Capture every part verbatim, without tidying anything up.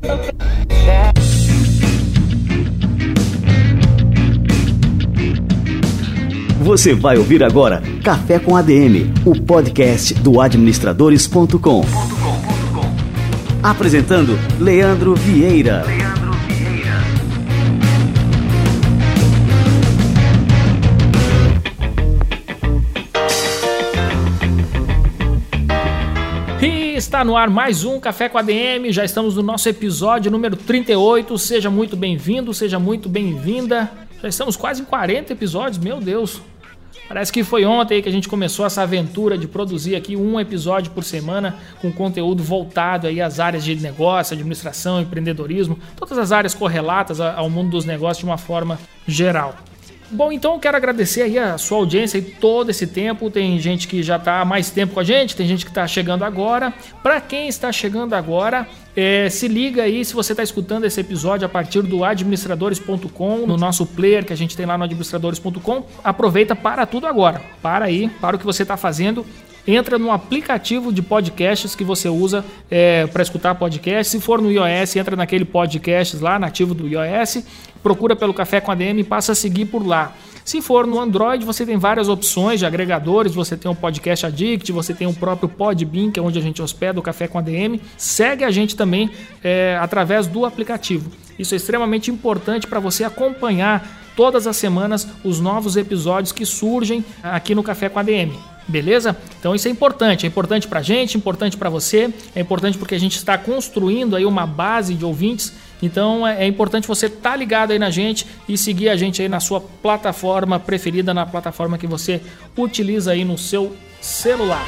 Você vai ouvir agora Café com A D M, o podcast do administradores ponto com. Apresentando Leandro Vieira. Leandro Vieira. E está no ar mais um Café com A D M, já estamos no nosso episódio número trinta e oito, seja muito bem-vindo, seja muito bem-vinda. Já estamos quase em quarenta episódios, meu Deus. Parece que foi ontem que a gente começou essa aventura de produzir aqui um episódio por semana com conteúdo voltado aí às áreas de negócio, administração, empreendedorismo, todas as áreas correlatas ao mundo dos negócios de uma forma geral. Bom, então eu quero agradecer aí a sua audiência aí todo esse tempo. Tem gente que já está há mais tempo com a gente, tem gente que está chegando agora. Para quem está chegando agora, é, se liga aí se você está escutando esse episódio a partir do administradores ponto com, no nosso player que a gente tem lá no administradores ponto com. Aproveita, para tudo agora. Para aí, para o que você está fazendo. Entra no aplicativo de podcasts que você usa é, para escutar podcast. Se for no iOS, entra naquele podcast lá, nativo do iOS. Procura pelo Café com A D M e passa a seguir por lá. Se for no Android, você tem várias opções de agregadores. Você tem o Podcast Addict, você tem o próprio Podbean, que é onde a gente hospeda o Café com A D M. Segue a gente também é, através do aplicativo. Isso é extremamente importante para você acompanhar todas as semanas os novos episódios que surgem aqui no Café com A D M. Beleza? Então isso é importante, é importante pra gente, importante pra você, é importante porque a gente está construindo aí uma base de ouvintes, então é importante você estar tá ligado aí na gente e seguir a gente aí na sua plataforma preferida, na plataforma que você utiliza aí no seu celular.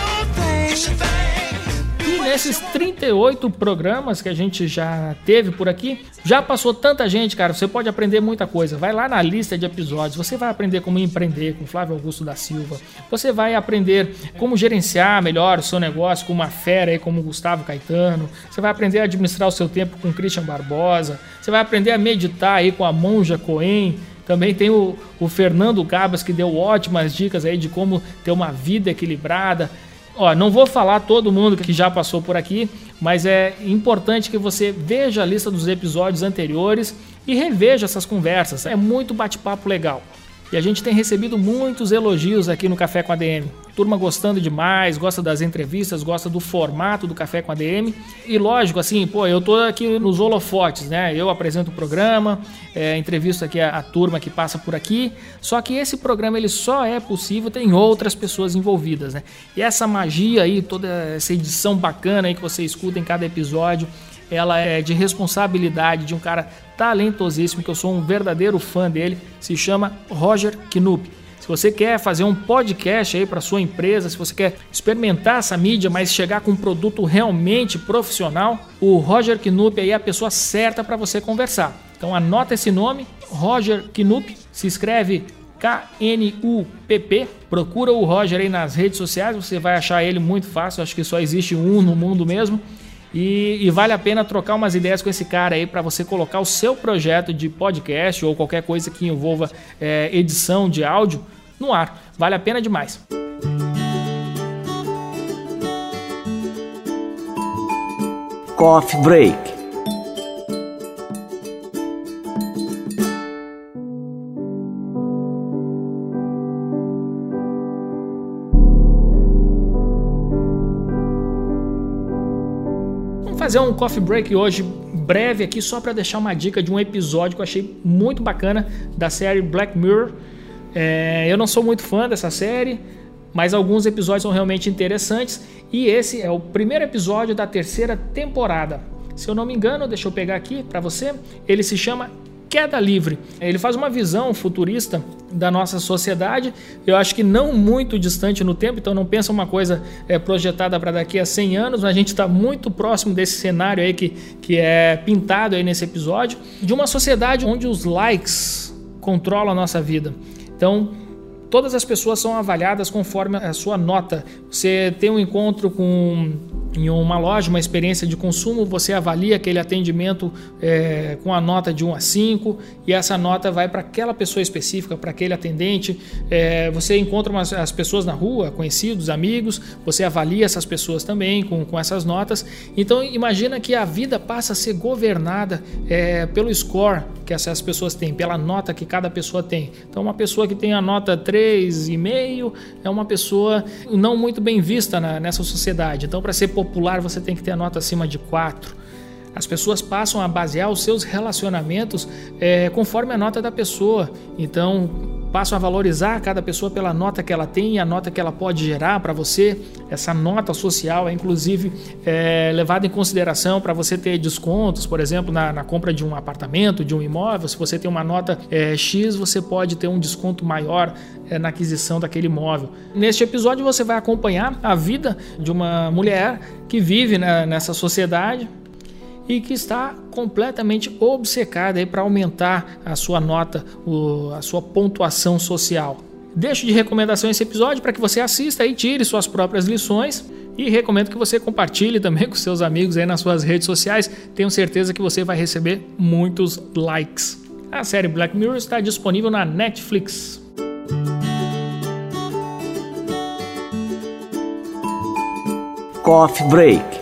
E nesses trinta e oito programas que a gente já teve por aqui, já passou tanta gente, cara, você pode aprender muita coisa. Vai lá na lista de episódios, você vai aprender como empreender com Flávio Augusto da Silva, você vai aprender como gerenciar melhor o seu negócio com uma fera aí como Gustavo Caetano, você vai aprender a administrar o seu tempo com Christian Barbosa, você vai aprender a meditar aí com a Monja Cohen. Também tem o, o Fernando Gabas, que deu ótimas dicas aí de como ter uma vida equilibrada. Ó, não vou falar todo mundo que já passou por aqui, mas é importante que você veja a lista dos episódios anteriores e reveja essas conversas. É muito bate-papo legal. E a gente tem recebido muitos elogios aqui no Café com A D M. Turma gostando demais, gosta das entrevistas, gosta do formato do Café com A D M. E lógico, assim, pô, eu tô aqui nos holofotes, né? Eu apresento o programa, é, entrevisto aqui a, a turma que passa por aqui. Só que esse programa ele só é possível, tem outras pessoas envolvidas, né? E essa magia aí, toda essa edição bacana aí que você escuta em cada episódio, ela é de responsabilidade de um cara talentosíssimo, que eu sou um verdadeiro fã dele, se chama Roger Knupp. Se você quer fazer um podcast aí para sua empresa, se você quer experimentar essa mídia, mas chegar com um produto realmente profissional, o Roger Knupp aí é a pessoa certa para você conversar. Então anota esse nome, Roger Knupp, se escreve K N U P P, procura o Roger aí nas redes sociais, você vai achar ele muito fácil, acho que só existe um no mundo mesmo. E, e vale a pena trocar umas ideias com esse cara aí para você colocar o seu projeto de podcast ou qualquer coisa que envolva é, edição de áudio no ar. Vale a pena demais. Coffee Break. Fazer um coffee break hoje breve aqui só para deixar uma dica de um episódio que eu achei muito bacana da série Black Mirror. É, eu não sou muito fã dessa série, mas alguns episódios são realmente interessantes e esse é o primeiro episódio da terceira temporada. Se eu não me engano, deixa eu pegar aqui para você, ele se chama Queda Livre. Ele faz uma visão futurista da nossa sociedade, eu acho que não muito distante no tempo, então não pensa uma coisa é, projetada para daqui a cem anos, mas a gente está muito próximo desse cenário aí que, que é pintado aí nesse episódio, de uma sociedade onde os likes controlam a nossa vida. Então, todas as pessoas são avaliadas conforme a sua nota. Você tem um encontro com, em uma loja, uma experiência de consumo, você avalia aquele atendimento é, com a nota de um a cinco e essa nota vai para aquela pessoa específica, para aquele atendente. É, você encontra umas, as pessoas na rua, conhecidos, amigos, você avalia essas pessoas também com, com essas notas. Então imagina que a vida passa a ser governada é, pelo score que essas pessoas têm, pela nota que cada pessoa tem. Então uma pessoa que tem a nota três vírgula cinco é uma pessoa não muito bem vista na, nessa sociedade. Então para ser popular você tem que ter a nota acima de quatro. As pessoas passam a basear os seus relacionamentos é, conforme a nota da pessoa. Então passam a valorizar cada pessoa pela nota que ela tem e a nota que ela pode gerar para você. Essa nota social é inclusive é, levada em consideração para você ter descontos, por exemplo, na, na compra de um apartamento, de um imóvel. Se você tem uma nota é, X, você pode ter um desconto maior é, na aquisição daquele imóvel. Neste episódio você vai acompanhar a vida de uma mulher que vive né, nessa sociedade e que está completamente obcecada para aumentar a sua nota, o, a sua pontuação social. Deixo de recomendação esse episódio para que você assista e tire suas próprias lições e recomendo que você compartilhe também com seus amigos aí nas suas redes sociais. Tenho certeza que você vai receber muitos likes. A série Black Mirror está disponível na Netflix. Coffee Break.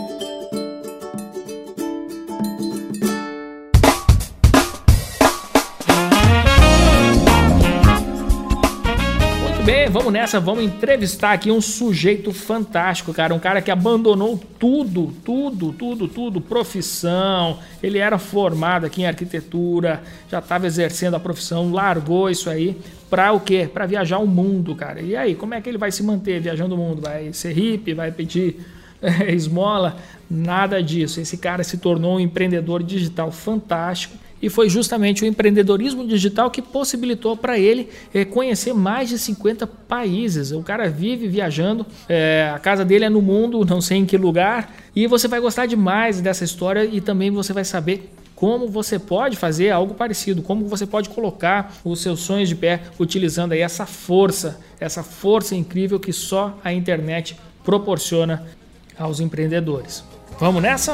Vamos nessa, vamos entrevistar aqui um sujeito fantástico, cara, um cara que abandonou tudo, tudo, tudo, tudo, profissão, ele era formado aqui em arquitetura, já estava exercendo a profissão, largou isso aí, para o quê? Para viajar o mundo, cara. E aí, como é que ele vai se manter viajando o mundo? Vai ser hippie, vai pedir é, esmola? Nada disso, esse cara se tornou um empreendedor digital fantástico. E foi justamente o empreendedorismo digital que possibilitou para ele é, conhecer mais de cinquenta países. O cara vive viajando, é, a casa dele é no mundo, não sei em que lugar. E você vai gostar demais dessa história e também você vai saber como você pode fazer algo parecido, como você pode colocar os seus sonhos de pé utilizando aí essa força, essa força incrível que só a internet proporciona aos empreendedores. Vamos nessa?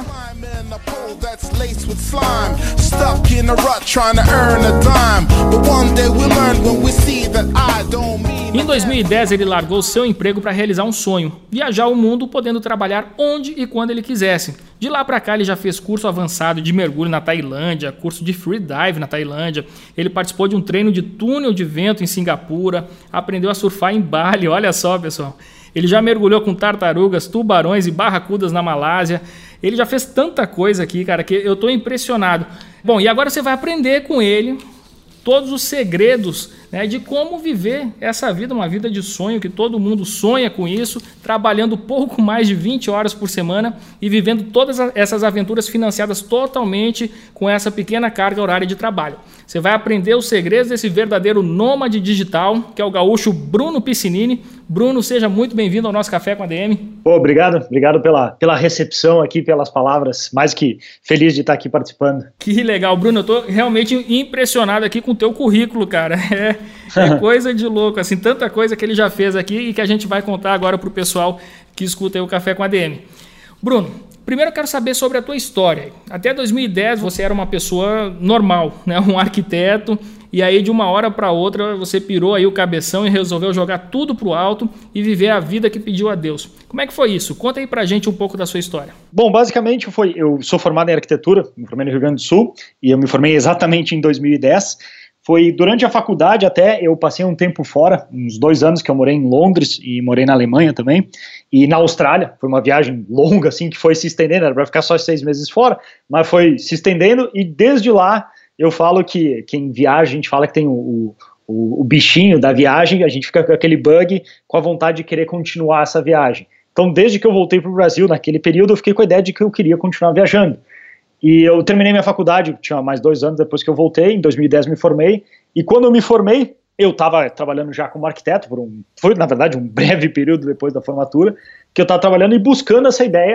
Em dois mil e dez ele largou seu emprego para realizar um sonho, viajar o mundo podendo trabalhar onde e quando ele quisesse. De lá para cá ele já fez curso avançado de mergulho na Tailândia, curso de freedive na Tailândia, ele participou de um treino de túnel de vento em Singapura, aprendeu a surfar em Bali, olha só pessoal. Ele já mergulhou com tartarugas, tubarões e barracudas na Malásia. Ele já fez tanta coisa aqui, cara, que eu tô impressionado. Bom, e agora você vai aprender com ele todos os segredos, né, de como viver essa vida, uma vida de sonho, que todo mundo sonha com isso, trabalhando pouco mais de vinte horas por semana e vivendo todas essas aventuras financiadas totalmente com essa pequena carga horária de trabalho. Você vai aprender os segredos desse verdadeiro nômade digital, que é o gaúcho Bruno Piscinini. Bruno, seja muito bem-vindo ao nosso Café com a D M. Pô, obrigado, obrigado pela, pela recepção aqui, pelas palavras, mais que feliz de estar aqui participando. Que legal, Bruno, eu tô realmente impressionado aqui com o teu currículo, cara, é, é coisa de louco, assim, tanta coisa que ele já fez aqui e que a gente vai contar agora pro pessoal que escuta aí o Café com a D M. Bruno, primeiro eu quero saber sobre a tua história. Até dois mil e dez você era uma pessoa normal, né? Um arquiteto, e aí de uma hora para outra você pirou aí o cabeção e resolveu jogar tudo pro alto e viver a vida que pediu a Deus. Como é que foi isso? Conta aí pra gente um pouco da sua história. Bom, basicamente foi, eu sou formado em arquitetura, me formei no Rio Grande do Sul, e eu me formei exatamente em dois mil e dez. Foi durante a faculdade até, eu passei um tempo fora, uns dois anos que eu morei em Londres e morei na Alemanha também, e na Austrália, foi uma viagem longa assim, que foi se estendendo, era para ficar só seis meses fora, mas foi se estendendo e desde lá eu falo que quem viaja, a gente fala que tem o, o, o bichinho da viagem, a gente fica com aquele bug, com a vontade de querer continuar essa viagem. Então desde que eu voltei para o Brasil, naquele período eu fiquei com a ideia de que eu queria continuar viajando. E eu terminei minha faculdade, tinha mais dois anos depois que eu voltei, em dois mil e dez me formei, e quando eu me formei, eu estava trabalhando já como arquiteto, por um, foi na verdade um breve período depois da formatura, que eu estava trabalhando e buscando essa ideia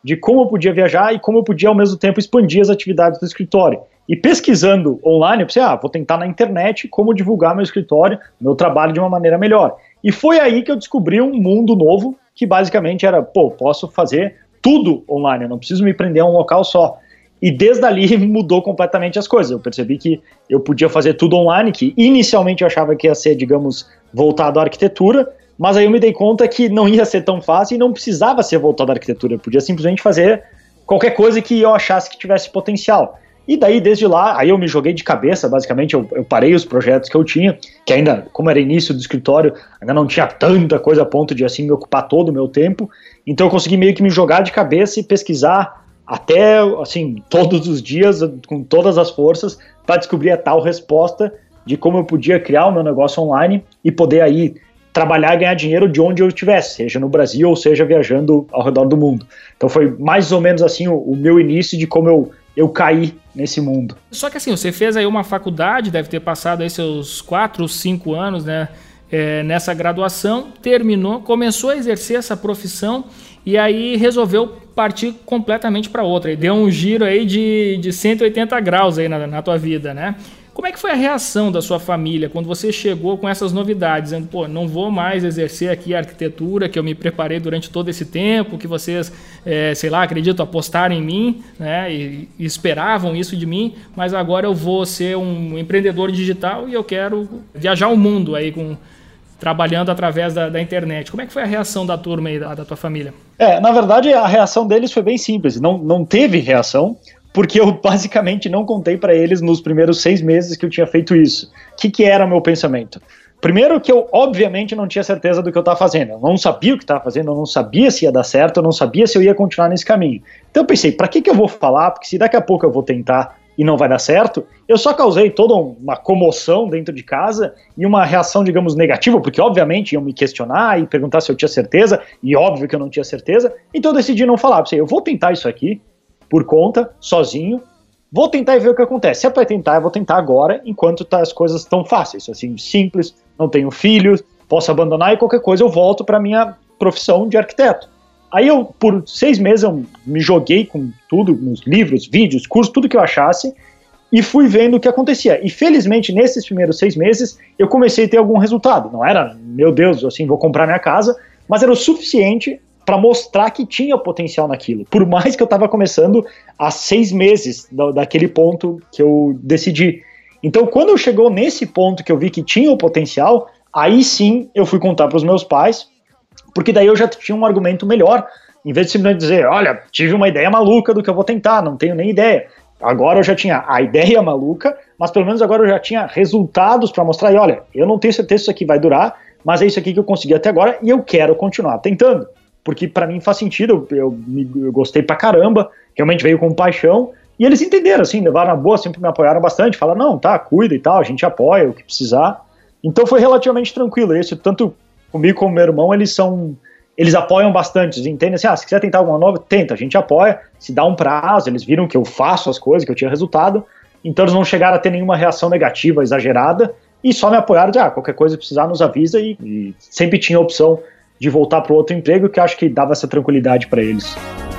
de como eu podia viajar e como eu podia, ao mesmo tempo, expandir as atividades do escritório. E pesquisando online, eu pensei, ah, vou tentar na internet como divulgar meu escritório, meu trabalho de uma maneira melhor. E foi aí que eu descobri um mundo novo, que basicamente era, pô, posso fazer tudo online, eu não preciso me prender a um local só. E desde ali mudou completamente as coisas. Eu percebi que eu podia fazer tudo online, que inicialmente eu achava que ia ser, digamos, voltado à arquitetura, mas aí eu me dei conta que não ia ser tão fácil e não precisava ser voltado à arquitetura. Eu podia simplesmente fazer qualquer coisa que eu achasse que tivesse potencial. E daí, desde lá, aí eu me joguei de cabeça, basicamente, eu, eu parei os projetos que eu tinha, que ainda, como era início do escritório, ainda não tinha tanta coisa a ponto de, assim, me ocupar todo o meu tempo. Então eu consegui meio que me jogar de cabeça e pesquisar até, assim, todos os dias, com todas as forças, para descobrir a tal resposta de como eu podia criar o meu negócio online e poder aí trabalhar e ganhar dinheiro de onde eu estivesse, seja no Brasil ou seja viajando ao redor do mundo. Então foi mais ou menos assim o, o meu início de como eu, eu caí nesse mundo. Só que assim, você fez aí uma faculdade, deve ter passado aí seus quatro, cinco anos, né, é, nessa graduação, terminou, começou a exercer essa profissão e aí resolveu partir completamente para outra. E deu um giro aí de, de cento e oitenta graus aí na, na tua vida, né? Como é que foi a reação da sua família quando você chegou com essas novidades, dizendo, pô, não vou mais exercer aqui a arquitetura que eu me preparei durante todo esse tempo, que vocês, é, sei lá, acredito, apostaram em mim, né, e, e esperavam isso de mim, mas agora eu vou ser um empreendedor digital e eu quero viajar o mundo aí com... trabalhando através da, da internet. Como é que foi a reação da turma aí, da, da tua família? É, na verdade, a reação deles foi bem simples. Não, não teve reação, porque eu basicamente não contei para eles nos primeiros seis meses que eu tinha feito isso. O que, que era o meu pensamento? Primeiro que eu, obviamente, não tinha certeza do que eu estava fazendo. Eu não sabia o que estava fazendo, eu não sabia se ia dar certo, eu não sabia se eu ia continuar nesse caminho. Então eu pensei, para que, que eu vou falar? Porque se daqui a pouco eu vou tentar e não vai dar certo, eu só causei toda uma comoção dentro de casa e uma reação, digamos, negativa, porque obviamente iam me questionar e perguntar se eu tinha certeza, e óbvio que eu não tinha certeza, então eu decidi não falar. Eu vou tentar isso aqui, por conta, sozinho, vou tentar e ver o que acontece. Se é para tentar, eu vou tentar agora, enquanto tá, as coisas estão fáceis, assim, simples, não tenho filhos, posso abandonar e qualquer coisa eu volto para minha profissão de arquiteto. Aí eu, por seis meses, eu me joguei com tudo, nos livros, vídeos, cursos, tudo que eu achasse, e fui vendo o que acontecia. E felizmente, nesses primeiros seis meses, eu comecei a ter algum resultado. Não era, meu Deus, assim, vou comprar minha casa, mas era o suficiente para mostrar que tinha potencial naquilo. Por mais que eu estava começando há seis meses da, daquele ponto que eu decidi. Então, quando chegou nesse ponto que eu vi que tinha o potencial, aí sim eu fui contar para os meus pais, porque daí eu já tinha um argumento melhor, em vez de simplesmente dizer, olha, tive uma ideia maluca do que eu vou tentar, não tenho nem ideia. Agora eu já tinha a ideia maluca, mas pelo menos agora eu já tinha resultados para mostrar, e olha, eu não tenho certeza se isso aqui vai durar, mas é isso aqui que eu consegui até agora e eu quero continuar tentando. Porque para mim faz sentido, eu, eu, eu gostei pra caramba, realmente veio com paixão, e eles entenderam, assim, levaram a boa, sempre me apoiaram bastante, falaram, não, tá, cuida e tal, a gente apoia o que precisar. Então foi relativamente tranquilo, isso, tanto comigo como meu irmão, eles são, eles apoiam bastante, eles entendem assim, ah, se quiser tentar alguma nova, tenta, a gente apoia, se dá um prazo, eles viram que eu faço as coisas, que eu tinha resultado, então eles não chegaram a ter nenhuma reação negativa, exagerada, e só me apoiaram de, ah, qualquer coisa que precisar nos avisa, e, e sempre tinha a opção de voltar para o outro emprego, que eu acho que dava essa tranquilidade para eles.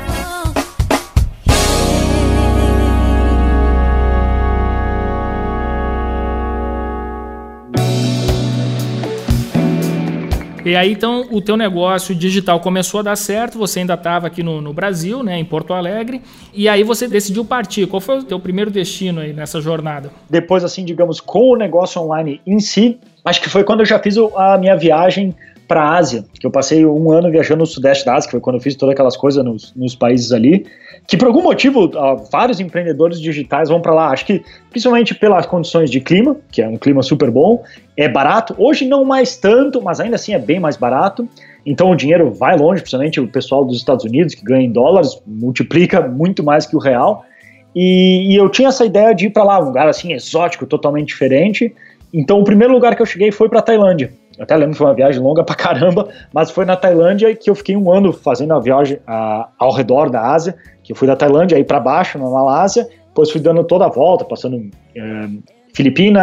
E aí, então, o teu negócio digital começou a dar certo, você ainda estava aqui no, no Brasil, né, em Porto Alegre, e aí você decidiu partir. Qual foi o teu primeiro destino aí nessa jornada? Depois, assim, digamos, com o negócio online em si, acho que foi quando eu já fiz a minha viagem para a Ásia, que eu passei um ano viajando no Sudeste da Ásia, que foi quando eu fiz todas aquelas coisas nos, nos países ali, que por algum motivo uh, vários empreendedores digitais vão para lá, acho que principalmente pelas condições de clima, que é um clima super bom, é barato, hoje não mais tanto, mas ainda assim é bem mais barato, então o dinheiro vai longe, principalmente o pessoal dos Estados Unidos, que ganha em dólares, multiplica muito mais que o real, e, e eu tinha essa ideia de ir para lá, um lugar assim exótico, totalmente diferente, então o primeiro lugar que eu cheguei foi para a Tailândia. Eu até lembro que foi uma viagem longa pra caramba, mas foi na Tailândia que eu fiquei um ano fazendo a viagem a, ao redor da Ásia, que eu fui da Tailândia aí para baixo, na Malásia, depois fui dando toda a volta, passando é, Filipinas,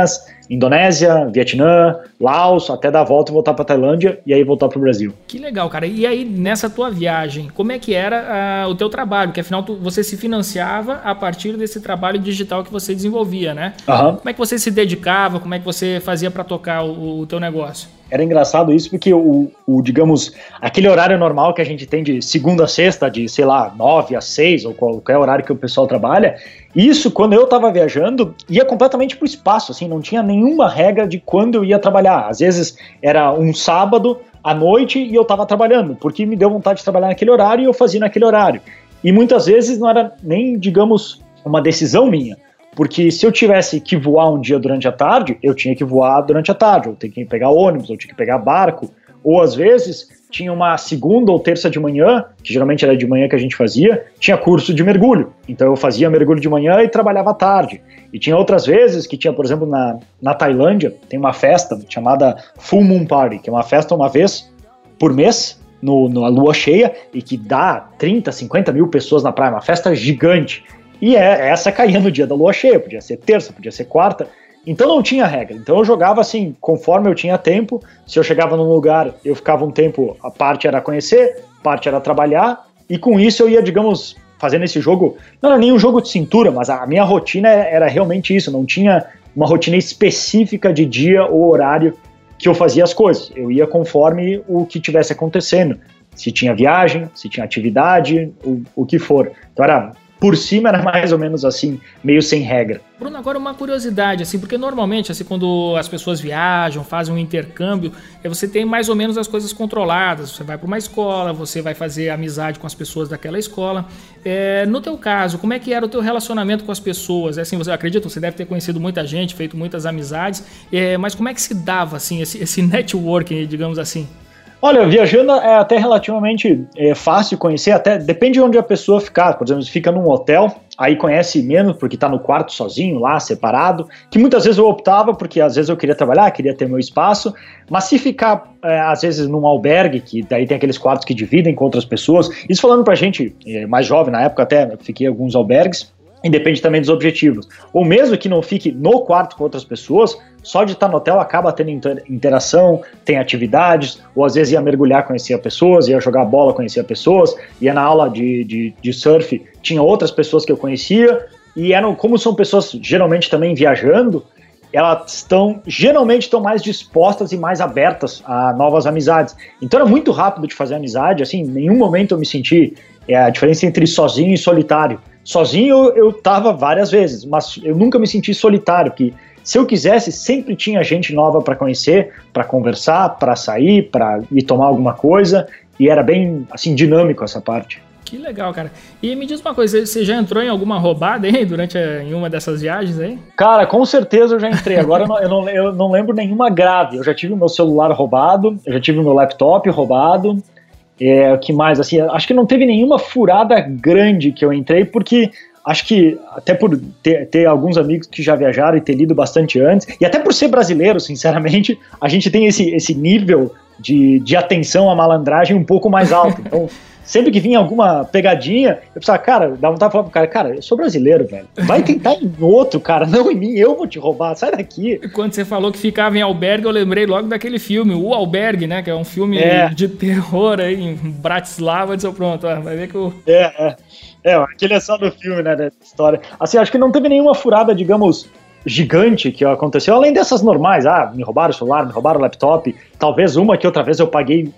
Indonésia, Vietnã, Laos, até dar a volta e voltar para Tailândia e aí voltar para o Brasil. Que legal, cara. E aí, nessa tua viagem, como é que era uh, o teu trabalho? Porque afinal, tu, você se financiava a partir desse trabalho digital que você desenvolvia, né? Uhum. Como é que você se dedicava? Como é que você fazia para tocar o, o teu negócio? Era engraçado isso porque o, o, digamos, aquele horário normal que a gente tem de segunda a sexta, de, sei lá, nove às seis, ou qualquer horário que o pessoal trabalha, isso, quando eu estava viajando, ia completamente pro espaço, assim, não tinha nenhuma regra de quando eu ia trabalhar. Às vezes era um sábado à noite e eu estava trabalhando, porque me deu vontade de trabalhar naquele horário e eu fazia naquele horário. E muitas vezes não era nem, digamos, uma decisão minha. Porque se eu tivesse que voar um dia durante a tarde, eu tinha que voar durante a tarde, ou tinha que pegar ônibus, ou tinha que pegar barco, ou às vezes tinha uma segunda ou terça de manhã, que geralmente era de manhã que a gente fazia, tinha curso de mergulho, então eu fazia mergulho de manhã e trabalhava à tarde. E tinha outras vezes que tinha, por exemplo, na, na Tailândia, tem uma festa chamada Full Moon Party, que é uma festa uma vez por mês, no, na lua cheia, e que dá trinta, cinquenta mil pessoas na praia, uma festa gigante. E é, essa caía no dia da lua cheia, podia ser terça, podia ser quarta, então não tinha regra. Então eu jogava assim, conforme eu tinha tempo. Se eu chegava num lugar, eu ficava um tempo, a parte era conhecer, a parte era trabalhar, e com isso eu ia, digamos, fazendo esse jogo, não era nem um jogo de cintura, mas a minha rotina era realmente isso, não tinha uma rotina específica de dia ou horário que eu fazia as coisas, eu ia conforme o que tivesse acontecendo, se tinha viagem, se tinha atividade, o, o que for. Então era... Por cima era mais ou menos assim, meio sem regra. Bruno, agora uma curiosidade, assim, porque normalmente, assim, quando as pessoas viajam, fazem um intercâmbio, você tem mais ou menos as coisas controladas. Você vai para uma escola, você vai fazer amizade com as pessoas daquela escola. É, no teu caso, como é que era o teu relacionamento com as pessoas? É, assim, você acredita, você deve ter conhecido muita gente, feito muitas amizades, é, mas como é que se dava, assim, esse, esse networking, digamos assim? Olha, viajando é até relativamente é, fácil conhecer, até depende de onde a pessoa ficar. Por exemplo, se fica num hotel, aí conhece menos porque está no quarto sozinho lá, separado, que muitas vezes eu optava porque às vezes eu queria trabalhar, queria ter meu espaço, mas se ficar é, às vezes num albergue, que daí tem aqueles quartos que dividem com outras pessoas, isso falando pra gente é, mais jovem, na época até fiquei em alguns albergues, e depende também dos objetivos. Ou mesmo que não fique no quarto com outras pessoas, só de estar no hotel acaba tendo interação, tem atividades, ou às vezes ia mergulhar, conhecia pessoas, ia jogar bola, conhecia pessoas, ia na aula de, de, de surf, tinha outras pessoas que eu conhecia, e eram, como são pessoas geralmente também viajando, elas estão, geralmente estão mais dispostas e mais abertas a novas amizades. Então era muito rápido de fazer amizade, assim, em nenhum momento eu me senti, é a diferença entre sozinho e solitário. Sozinho eu estava várias vezes, mas eu nunca me senti solitário, porque se eu quisesse, sempre tinha gente nova para conhecer, para conversar, para sair, para ir tomar alguma coisa, e era bem, assim, dinâmico essa parte. Que legal, cara. E me diz uma coisa, você já entrou em alguma roubada aí durante a, em uma dessas viagens aí? Cara, com certeza eu já entrei. Agora eu não, eu, não, eu não lembro nenhuma grave. Eu já tive o meu celular roubado, eu já tive o meu laptop roubado. É, o que mais? Assim, acho que não teve nenhuma furada grande que eu entrei, porque acho que até por ter, ter alguns amigos que já viajaram e ter lido bastante antes, e até por ser brasileiro, sinceramente, a gente tem esse, esse nível de, de atenção à malandragem um pouco mais alto. Então, sempre que vinha alguma pegadinha, eu pensava, cara, dá vontade de falar pro cara, cara, eu sou brasileiro, velho. Vai tentar em outro, cara, não em mim, eu vou te roubar, sai daqui. Quando você falou que ficava em albergue, eu lembrei logo daquele filme, O Albergue, né, que é um filme é. de terror aí em Bratislava, disse, pronto, ó, vai ver que o... É, é, é, aquele é só do filme, né, da história. Assim, acho que não teve nenhuma furada, digamos, gigante que aconteceu, além dessas normais, ah, me roubaram o celular, me roubaram o laptop, talvez uma que outra vez eu paguei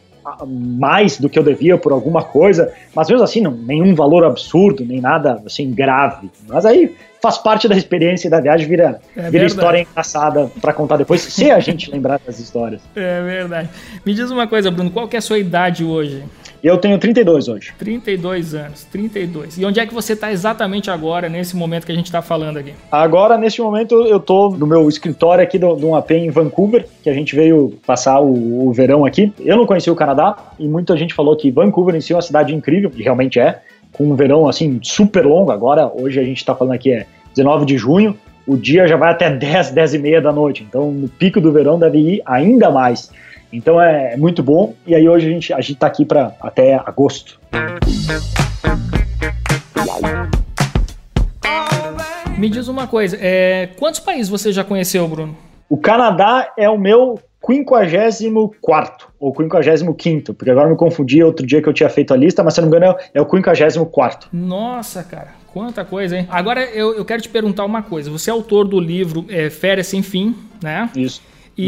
mais do que eu devia por alguma coisa, mas mesmo assim, não, nenhum valor absurdo, nem nada assim grave. Mas aí faz parte da experiência da viagem, vira, é vira história engraçada pra contar depois, se a gente lembrar das histórias. É verdade. Me diz uma coisa, Bruno, qual que é a sua idade hoje? Eu tenho trinta e dois hoje. trinta e dois anos, trinta e dois. E onde é que você está exatamente agora, nesse momento que a gente está falando aqui? Agora, nesse momento, eu estou no meu escritório aqui de um A P em Vancouver, que a gente veio passar o, o verão aqui. Eu não conhecia o Canadá e muita gente falou que Vancouver em si é uma cidade incrível, e realmente é, com um verão assim super longo. Agora, hoje a gente está falando aqui é dezenove de junho, o dia já vai até dez, dez e meia da noite. Então, no pico do verão deve ir ainda mais. Então é muito bom, e aí hoje a gente a gente tá aqui para até agosto. Me diz uma coisa, é, quantos países você já conheceu, Bruno? O Canadá é o meu quinquagésimo quarto ou quinquagésimo quinto, porque agora eu me confundi outro dia que eu tinha feito a lista, mas se não me engano é o quinquagésimo quarto. Nossa, cara, quanta coisa, hein? Agora eu, eu quero te perguntar uma coisa. Você é autor do livro é, Férias Sem Fim, né? Isso.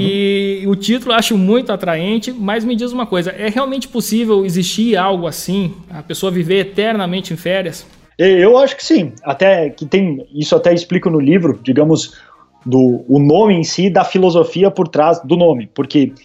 E uhum. o título eu acho muito atraente, mas me diz uma coisa, é realmente possível existir algo assim, a pessoa viver eternamente em férias? Eu acho que sim, até que tem, isso até explico no livro, digamos, do o nome em si, da filosofia por trás do nome, porque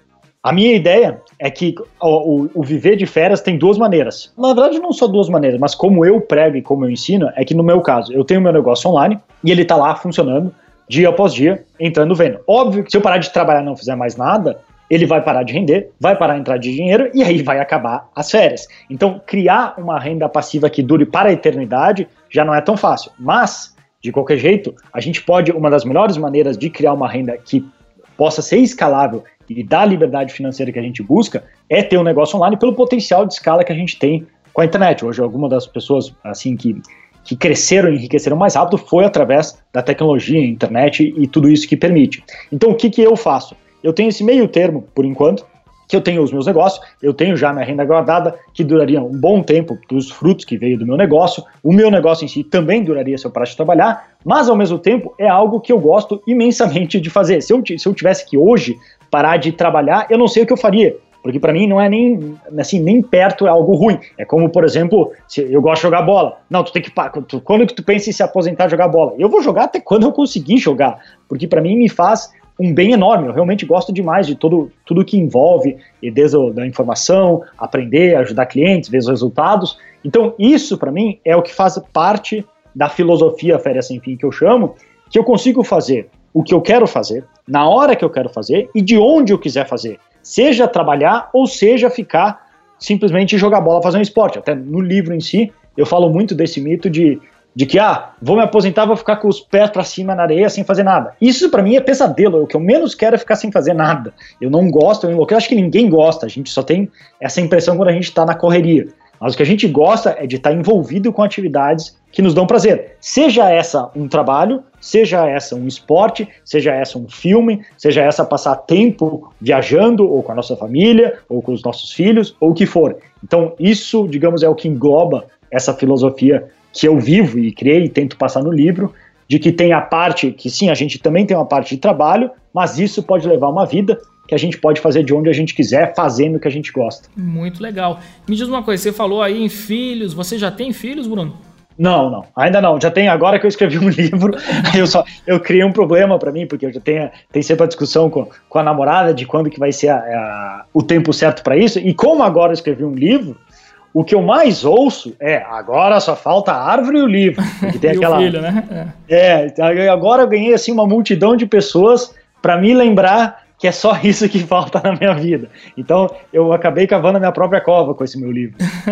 a minha ideia é que o, o, o viver de férias tem duas maneiras. Na verdade, não só duas maneiras, mas como eu prego e como eu ensino, é que no meu caso, eu tenho meu negócio online e ele está lá funcionando dia após dia, entrando vendo. Óbvio que se eu parar de trabalhar e não fizer mais nada, ele vai parar de render, vai parar de entrar de dinheiro e aí vai acabar as férias. Então, criar uma renda passiva que dure para a eternidade já não é tão fácil. Mas, de qualquer jeito, a gente pode, uma das melhores maneiras de criar uma renda que possa ser escalável e dar a liberdade financeira que a gente busca é ter um negócio online pelo potencial de escala que a gente tem com a internet. Hoje, algumas das pessoas assim que, que cresceram e enriqueceram mais rápido foi através da tecnologia, internet e tudo isso que permite. Então, o que, que eu faço? Eu tenho esse meio termo, por enquanto, que eu tenho os meus negócios, eu tenho já minha renda guardada, que duraria um bom tempo dos frutos que veio do meu negócio, o meu negócio em si também duraria se eu parasse de trabalhar, mas ao mesmo tempo é algo que eu gosto imensamente de fazer. Se eu, se eu tivesse que hoje parar de trabalhar, eu não sei o que eu faria, porque para mim não é nem, assim, nem perto é algo ruim. É como, por exemplo, se eu gosto de jogar bola. Não, tu tem que tu, quando que tu pensa em se aposentar e jogar bola? Eu vou jogar até quando eu conseguir jogar, porque para mim me faz um bem enorme. Eu realmente gosto demais de todo, tudo que envolve, desde a da informação, aprender, ajudar clientes, ver os resultados. Então isso para mim é o que faz parte da filosofia Férias Sem Fim, que eu chamo, que eu consigo fazer o que eu quero fazer, na hora que eu quero fazer e de onde eu quiser fazer, seja trabalhar ou seja ficar simplesmente jogar bola, fazer um esporte. Até no livro em si eu falo muito desse mito de de que, ah, vou me aposentar, vou ficar com os pés pra cima na areia sem fazer nada. Isso pra mim é pesadelo, o que eu menos quero é ficar sem fazer nada. Eu não gosto, eu enlouqueço, acho que ninguém gosta, a gente só tem essa impressão quando a gente tá na correria. Mas o que a gente gosta é de estar envolvido com atividades que nos dão prazer. Seja essa um trabalho, seja essa um esporte, seja essa um filme, seja essa passar tempo viajando, ou com a nossa família, ou com os nossos filhos, ou o que for. Então isso, digamos, é o que engloba essa filosofia que eu vivo e criei e tento passar no livro, de que tem a parte, que sim, a gente também tem uma parte de trabalho, mas isso pode levar uma vida que a gente pode fazer de onde a gente quiser, fazendo o que a gente gosta. Muito legal. Me diz uma coisa, você falou aí em filhos, você já tem filhos, Bruno? Não, não, ainda não, já tem, agora que eu escrevi um livro, eu só, eu criei um problema para mim, porque eu já tenho, tem sempre a discussão com, com a namorada de quando que vai ser a, a, o tempo certo para isso, e como agora eu escrevi um livro, o que eu mais ouço é, agora só falta a árvore e o livro. Que tem e aquela, o filho, né? É, é agora eu ganhei assim, uma multidão de pessoas para me lembrar que é só isso que falta na minha vida. Então eu acabei cavando a minha própria cova com esse meu livro.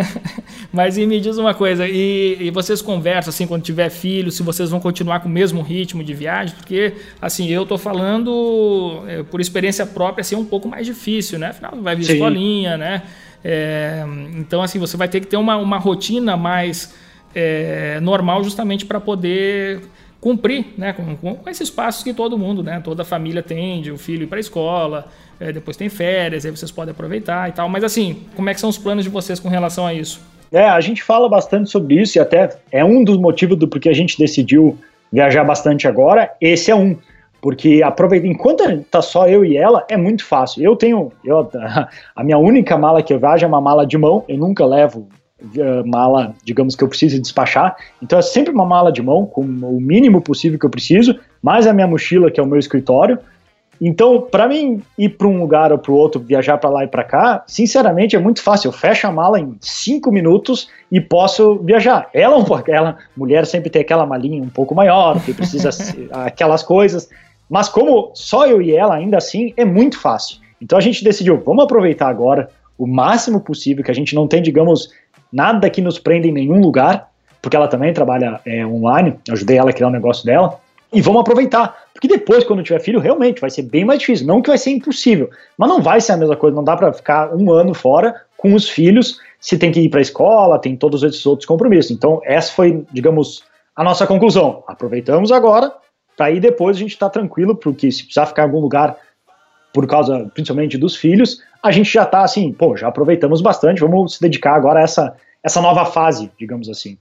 Mas e me diz uma coisa, e, e vocês conversam assim, quando tiver filho, se vocês vão continuar com o mesmo ritmo de viagem? Porque assim, eu tô falando é, por experiência própria, assim, é um pouco mais difícil, né? Afinal, vai vir escolinha, né? É, então, assim, você vai ter que ter uma, uma rotina mais é, normal justamente para poder cumprir, né, com, com esses passos que todo mundo, né, toda a família tem, de o filho ir para a escola, é, depois tem férias, aí vocês podem aproveitar e tal. Mas, assim, como é que são os planos de vocês com relação a isso? É, a gente fala bastante sobre isso e até é um dos motivos do porquê a gente decidiu viajar bastante agora. Esse é um. Porque aproveita, enquanto tá só eu e ela, é muito fácil. Eu tenho, eu, a minha única mala que eu viajo é uma mala de mão, eu nunca levo uh, mala, digamos, que eu preciso despachar, então é sempre uma mala de mão, com o mínimo possível que eu preciso, mais a minha mochila, que é o meu escritório. Então, para mim ir para um lugar ou para o outro, viajar para lá e para cá, sinceramente é muito fácil. Eu fecho a mala em cinco minutos e posso viajar. Ela, ela mulher sempre tem aquela malinha um pouco maior, que precisa aquelas coisas. Mas como só eu e ela, ainda assim, é muito fácil. Então a gente decidiu, vamos aproveitar agora o máximo possível, que a gente não tem, digamos, nada que nos prenda em nenhum lugar, porque ela também trabalha é, online, eu ajudei ela a criar o negócio dela, e vamos aproveitar, porque depois, quando tiver filho, realmente vai ser bem mais difícil, não que vai ser impossível, mas não vai ser a mesma coisa, não dá para ficar um ano fora com os filhos, se tem que ir para a escola, tem todos esses outros compromissos. Então essa foi, digamos, a nossa conclusão, aproveitamos agora, para aí depois a gente estar tá tranquilo, porque se precisar ficar em algum lugar por causa principalmente dos filhos, a gente já está assim, pô, já aproveitamos bastante, vamos se dedicar agora a essa, essa nova fase, digamos assim.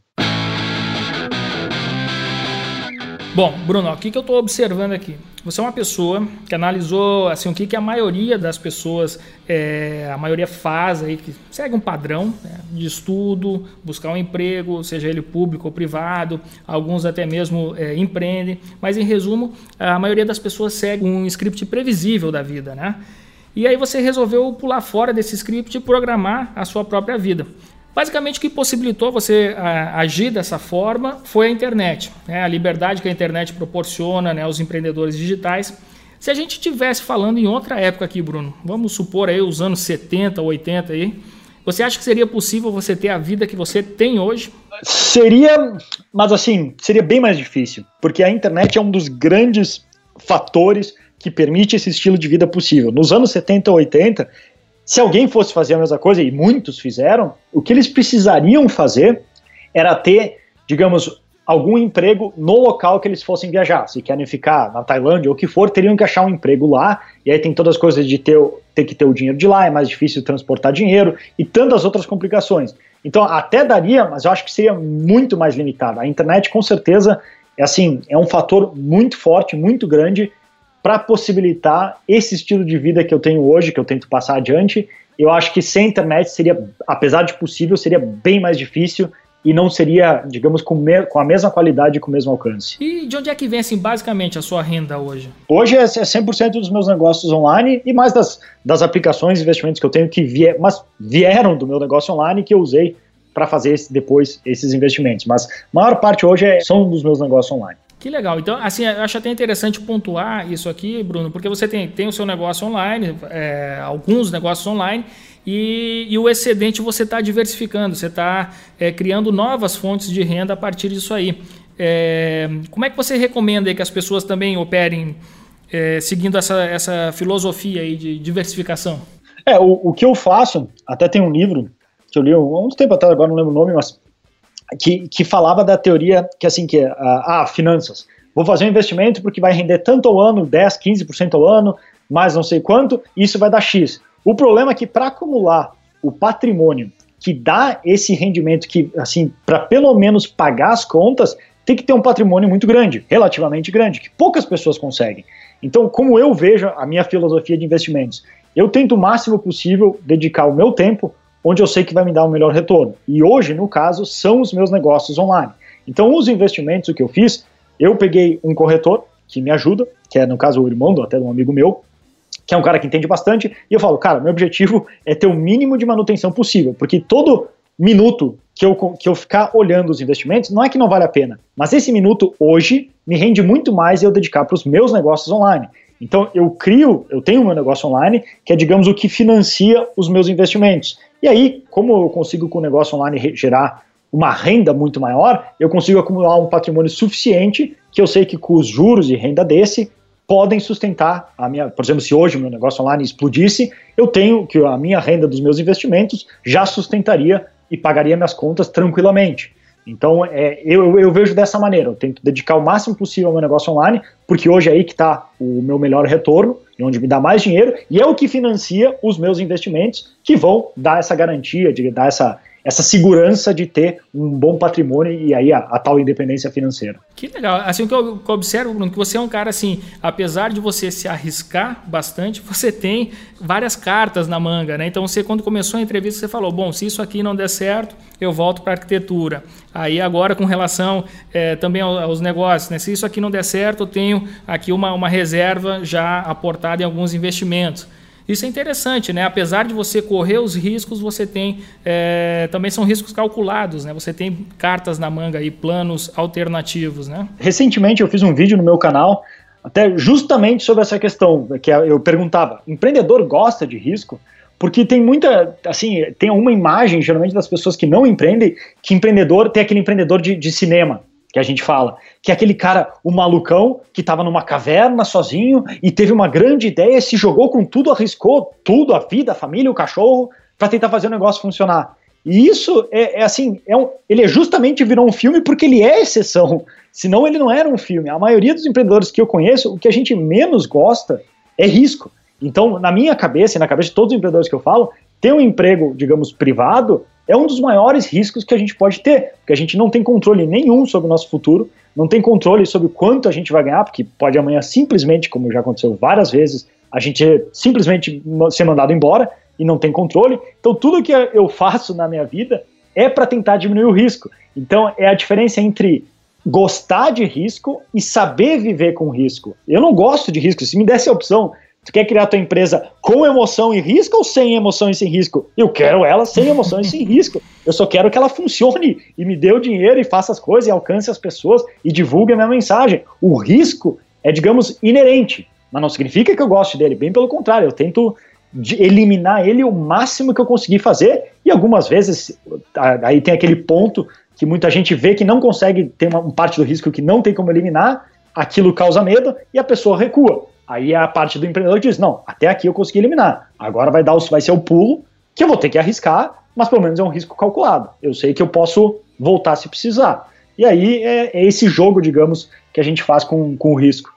Bom, Bruno, o que, que eu estou observando aqui? Você é uma pessoa que analisou assim, o que, que a maioria das pessoas, é, a maioria faz aí, que segue um padrão, né, de estudo, buscar um emprego, seja ele público ou privado, alguns até mesmo é, empreendem, mas em resumo, a maioria das pessoas segue um script previsível da vida, né? E aí você resolveu pular fora desse script e programar a sua própria vida. Basicamente, o que possibilitou você a, agir dessa forma foi a internet, né? A liberdade que a internet proporciona, né, aos empreendedores digitais. Se a gente estivesse falando em outra época aqui, Bruno, vamos supor aí os anos setenta, oitenta aí, você acha que seria possível você ter a vida que você tem hoje? Seria, mas assim, seria bem mais difícil, porque a internet é um dos grandes fatores que permite esse estilo de vida possível. Nos anos setenta ou oitenta, se alguém fosse fazer a mesma coisa, e muitos fizeram, o que eles precisariam fazer era ter, digamos, algum emprego no local que eles fossem viajar. Se querem ficar na Tailândia ou o que for, teriam que achar um emprego lá, e aí tem todas as coisas de ter, ter que ter o dinheiro de lá, é mais difícil transportar dinheiro, e tantas outras complicações. Então até daria, mas eu acho que seria muito mais limitado. A internet com certeza é, assim, é um fator muito forte, muito grande, para possibilitar esse estilo de vida que eu tenho hoje, que eu tento passar adiante. Eu acho que sem internet seria, apesar de possível, seria bem mais difícil e não seria, digamos, com, me, com a mesma qualidade e com o mesmo alcance. E de onde é que vem, assim, basicamente, a sua renda hoje? Hoje é cem por cento dos meus negócios online e mais das, das aplicações e investimentos que eu tenho que vier, mas vieram do meu negócio online que eu usei para fazer esse, depois esses investimentos. Mas a maior parte hoje é, são dos meus negócios online. Que legal. Então, assim, eu acho até interessante pontuar isso aqui, Bruno, porque você tem, tem o seu negócio online, é, alguns negócios online, e, e o excedente você está diversificando, você está é, criando novas fontes de renda a partir disso aí. É, como é que você recomenda aí que as pessoas também operem é, seguindo essa, essa filosofia aí de diversificação? É, o, o que eu faço, até tem um livro que eu li há um tempo atrás, agora não lembro o nome, mas Que, que falava da teoria que assim, que ah, ah, finanças, vou fazer um investimento porque vai render tanto ao ano, dez, quinze por cento ao ano, mais não sei quanto, isso vai dar X. O problema é que para acumular o patrimônio que dá esse rendimento, que assim, para pelo menos pagar as contas, tem que ter um patrimônio muito grande, relativamente grande, que poucas pessoas conseguem. Então, como eu vejo a minha filosofia de investimentos, eu tento o máximo possível dedicar o meu tempo onde eu sei que vai me dar o melhor retorno. E hoje, no caso, são os meus negócios online. Então, os investimentos, o que eu fiz, eu peguei um corretor que me ajuda, que é, no caso, o irmão do, até de um amigo meu, que é um cara que entende bastante, e eu falo, cara, meu objetivo é ter o mínimo de manutenção possível, porque todo minuto que eu, que eu ficar olhando os investimentos, não é que não vale a pena, mas esse minuto, hoje, me rende muito mais eu dedicar para os meus negócios online. Então, eu crio, eu tenho o meu negócio online, que é, digamos, o que financia os meus investimentos. E aí, como eu consigo com o negócio online gerar uma renda muito maior, eu consigo acumular um patrimônio suficiente que eu sei que com os juros e renda desse podem sustentar a minha, por exemplo, se hoje o meu negócio online explodisse, eu tenho que a minha renda dos meus investimentos já sustentaria e pagaria minhas contas tranquilamente. Então, é, eu, eu vejo dessa maneira, eu tento dedicar o máximo possível ao meu negócio online, porque hoje é aí que está o meu melhor retorno, e onde me dá mais dinheiro, e é o que financia os meus investimentos, que vão dar essa garantia, de dar essa, essa segurança de ter um bom patrimônio e aí a, a tal independência financeira. Que legal. Assim, o que eu, que eu observo, Bruno, que você é um cara assim, apesar de você se arriscar bastante, você tem várias cartas na manga, né? Então, você quando começou a entrevista, você falou, bom, se isso aqui não der certo, eu volto para a arquitetura. Aí agora com relação é, também aos negócios, né? Se isso aqui não der certo, eu tenho aqui uma, uma reserva já aportada em alguns investimentos. Isso é interessante, né? Apesar de você correr os riscos, você tem, é, também são riscos calculados, né? Você tem cartas na manga e planos alternativos, né? Recentemente eu fiz um vídeo no meu canal, até justamente sobre essa questão, que eu perguntava, empreendedor gosta de risco? Porque tem muita, assim, tem uma imagem, geralmente, das pessoas que não empreendem, que empreendedor, tem aquele empreendedor de, de cinema, que a gente fala, que é aquele cara, o malucão, que estava numa caverna sozinho e teve uma grande ideia, se jogou com tudo, arriscou tudo, a vida, a família, o cachorro, para tentar fazer o negócio funcionar. E isso é, é assim, é um, ele é justamente virou um filme porque ele é exceção, senão ele não era um filme. A maioria dos empreendedores que eu conheço, o que a gente menos gosta é risco. Então, na minha cabeça e na cabeça de todos os empreendedores que eu falo, ter um emprego, digamos, privado, é um dos maiores riscos que a gente pode ter, porque a gente não tem controle nenhum sobre o nosso futuro, não tem controle sobre quanto a gente vai ganhar, porque pode amanhã simplesmente, como já aconteceu várias vezes, a gente simplesmente ser mandado embora e não tem controle. Então tudo que eu faço na minha vida é para tentar diminuir o risco. Então é a diferença entre gostar de risco e saber viver com risco. Eu não gosto de risco. Se me desse a opção, tu quer criar tua empresa com emoção e risco ou sem emoção e sem risco? Eu quero ela sem emoção e sem risco. Eu só quero que ela funcione e me dê o dinheiro e faça as coisas e alcance as pessoas e divulgue a minha mensagem. O risco é, digamos, inerente, mas não significa que eu goste dele. Bem pelo contrário, eu tento de eliminar ele o máximo que eu conseguir fazer, e algumas vezes aí tem aquele ponto que muita gente vê que não consegue ter uma, uma parte do risco que não tem como eliminar, aquilo causa medo e a pessoa recua. Aí a parte do empreendedor diz, não, até aqui eu consegui eliminar, agora vai, dar o, vai ser o pulo que eu vou ter que arriscar, mas pelo menos é um risco calculado, eu sei que eu posso voltar se precisar. E aí é, é esse jogo, digamos, que a gente faz com, com o risco.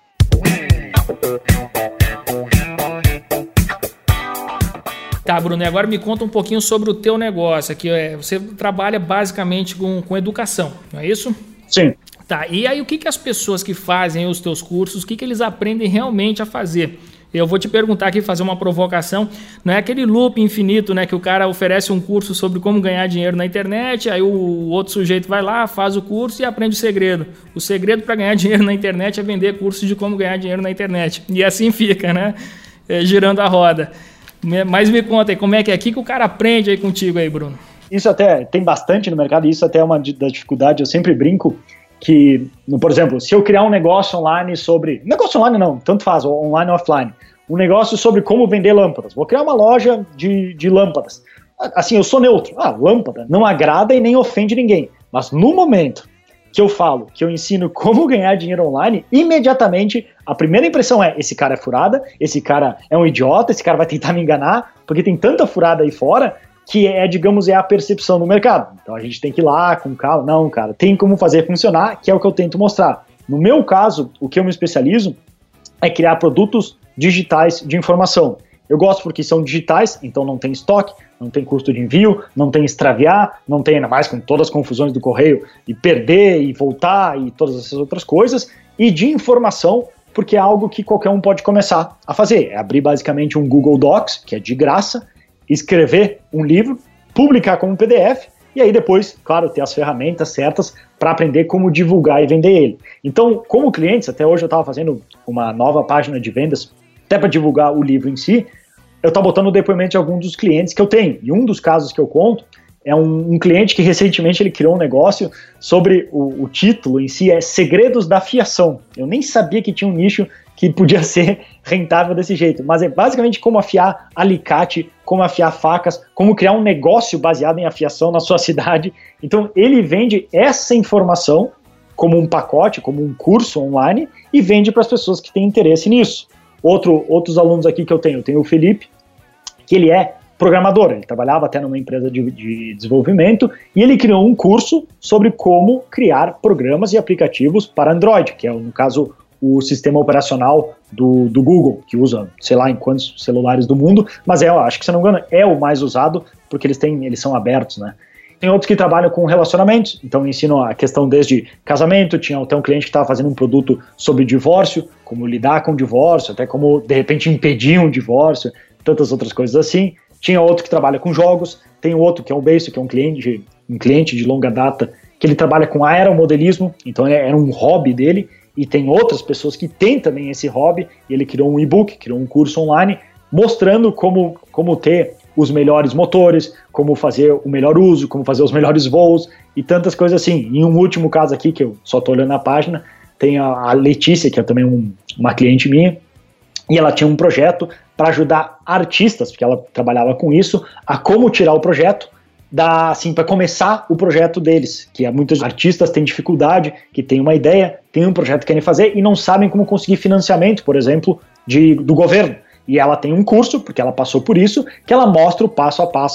Tá, Bruno, e agora me conta um pouquinho sobre o teu negócio. Aqui, é, você trabalha basicamente com, com educação, não é isso? Sim. Tá, e aí o que, que as pessoas que fazem os teus cursos, o que, que eles aprendem realmente a fazer? Eu vou te perguntar aqui, fazer uma provocação, não é aquele loop infinito, né, que o cara oferece um curso sobre como ganhar dinheiro na internet, aí o outro sujeito vai lá, faz o curso e aprende o segredo. O segredo para ganhar dinheiro na internet é vender cursos de como ganhar dinheiro na internet. E assim fica, né, é, girando a roda. Mas me conta aí, como é que é aqui que o cara aprende aí contigo aí, Bruno? Isso até tem bastante no mercado, e isso até é uma das dificuldades, eu sempre brinco que, por exemplo, se eu criar um negócio online sobre... Negócio online não, tanto faz, online ou offline. Um negócio sobre como vender lâmpadas. Vou criar uma loja de, de lâmpadas. Assim, eu sou neutro. Ah, lâmpada não agrada e nem ofende ninguém. Mas no momento que eu falo, que eu ensino como ganhar dinheiro online, imediatamente a primeira impressão é, esse cara é furada, esse cara é um idiota, esse cara vai tentar me enganar, porque tem tanta furada aí fora que é, digamos, é a percepção do mercado. Então a gente tem que ir lá com calma. Não, cara, tem como fazer funcionar, que é o que eu tento mostrar. No meu caso, o que eu me especializo é criar produtos digitais de informação. Eu gosto porque são digitais, então não tem estoque, não tem custo de envio, não tem extraviar, não tem ainda mais com todas as confusões do correio e perder e voltar e todas essas outras coisas, e de informação, porque é algo que qualquer um pode começar a fazer. É abrir basicamente um Google Docs, que é de graça, escrever um livro, publicar como P D F, e aí depois, claro, ter as ferramentas certas para aprender como divulgar e vender ele. Então, como clientes, até hoje eu estava fazendo uma nova página de vendas, até para divulgar o livro em si, eu estou botando o depoimento de alguns dos clientes que eu tenho. E um dos casos que eu conto é um, um cliente que recentemente ele criou um negócio sobre o, o título em si, é Segredos da Fiação. Eu nem sabia que tinha um nicho que podia ser rentável desse jeito, mas é basicamente como afiar alicate, como afiar facas, como criar um negócio baseado em afiação na sua cidade. Então ele vende essa informação como um pacote, como um curso online, e vende para as pessoas que têm interesse nisso. Outro, outros alunos aqui que eu tenho, eu tenho o Felipe, que ele é programador, ele trabalhava até numa empresa de, de desenvolvimento, e ele criou um curso sobre como criar programas e aplicativos para Android, que é, no caso, o sistema operacional do, do Google, que usa, sei lá, em quantos celulares do mundo, mas é, eu acho que, se não me engano, é o mais usado, porque eles, têm, eles são abertos, né? Tem outros que trabalham com relacionamentos, então ensinam a questão desde casamento, tinha até um cliente que estava fazendo um produto sobre divórcio, como lidar com o divórcio, até como, de repente, impedir um divórcio, tantas outras coisas assim. Tinha outro que trabalha com jogos, tem outro que é o Beiso, que é um cliente, um cliente de longa data, que ele trabalha com aeromodelismo, então era um hobby dele, e tem outras pessoas que têm também esse hobby, e ele criou um e-book, criou um curso online, mostrando como, como ter os melhores motores, como fazer o melhor uso, como fazer os melhores voos e tantas coisas assim. Em um último caso aqui, que eu só estou olhando na página, tem a, a Letícia, que é também um, uma cliente minha, e ela tinha um projeto para ajudar artistas, porque ela trabalhava com isso, a como tirar o projeto, da, assim, para começar o projeto deles, que muitos artistas têm dificuldade, que têm uma ideia, têm um projeto que querem fazer e não sabem como conseguir financiamento, por exemplo, de, do governo. E ela tem um curso, porque ela passou por isso, que ela mostra o passo a passo de